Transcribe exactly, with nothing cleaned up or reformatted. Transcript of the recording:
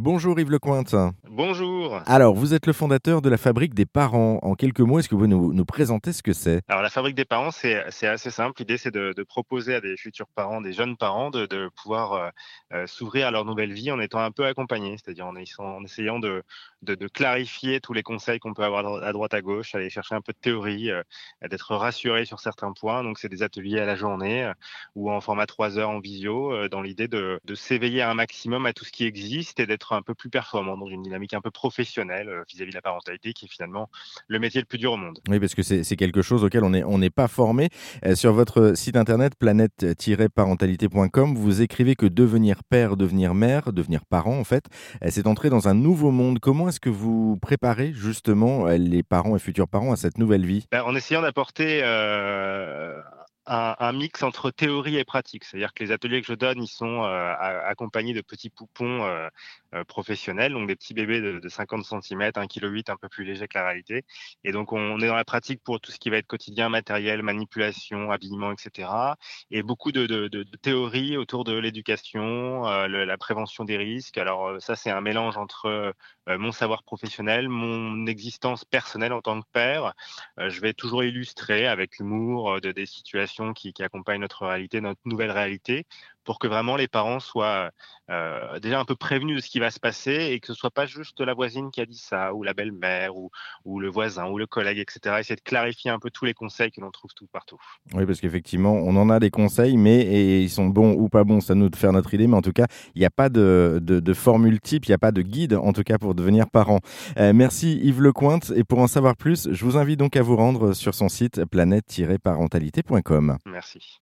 Bonjour Yves Lecointe. Bonjour. Alors, vous êtes le fondateur de la Fabrique des Parents. En quelques mots, est-ce que vous pouvez nous, nous présenter ce que c'est? Alors la fabrique des parents, c'est c'est assez simple. L'idée, c'est de, de proposer à des futurs parents, des jeunes parents, de, de pouvoir euh, euh, s'ouvrir à leur nouvelle vie en étant un peu accompagnés, c'est-à-dire en, essayant en essayant de, de, de clarifier tous les conseils qu'on peut avoir à dro- à droite à gauche, aller chercher un peu de théorie, euh, d'être rassuré sur certains points. Donc c'est des ateliers à la journée euh, ou en format trois heures en visio, euh, dans l'idée de, de s'éveiller un maximum à tout ce qui existe et d'être un peu plus performant dans une dynamique un peu professionnelle euh, vis-à-vis de la parentalité, qui est finalement le métier le plus dur au monde. Oui, parce que c'est c'est quelque chose auquel on n'est on n'est pas formé. Euh, sur votre site internet planète-parentalité point com, vous écrivez que devenir père, devenir mère, devenir parent, en fait, euh, c'est entrer dans un nouveau monde. Comment est-ce que vous préparez justement euh, les parents et futurs parents à cette nouvelle vie? Bah, en essayant d'apporter, heu, un un mix entre théorie et pratique. C'est-à-dire que les ateliers que je donne, ils sont, heu, a accompagnés de petits poupons, heu heu, professionnels, donc des petits bébés de de cinquante centimètres, un virgule huit kilos, un peu plus légers que la réalité, et donc on est dans la pratique pour tout ce qui va être quotidien, matériel, manipulation, habillement et cetera, et beaucoup de de de de théorie autour de l'éducation, heu, le la prévention des risques. Alors, heu, ça, c'est un mélange entre, heu, mon savoir professionnel, mon existence personnelle en tant que père. Heu, je vais toujours illustrer avec l'humour, heu, de des situations qui qui accompagnent notre réalité, notre nouvelle réalité, pour que vraiment les parents soient, heu, déjà un peu prévenus de ce qui va se passer, et que ce soit pas juste la voisine qui a dit ça, ou la belle-mère, ou ou le voisin, ou le collègue et cetera. Essayer de clarifier un peu tous les conseils que l'on trouve tout partout. Oui, parce qu'effectivement, on en a des conseils, mais et ils sont bons ou pas bons, c'est à nous de faire notre idée. Mais en tout cas, il n'y a pas de, de, de formule type, il n'y a pas de guide, en tout cas, pour devenir parent. Euh, merci Yves Lecointe. Et pour en savoir plus, je vous invite donc à vous rendre sur son site planète-parentalité point com. Merci.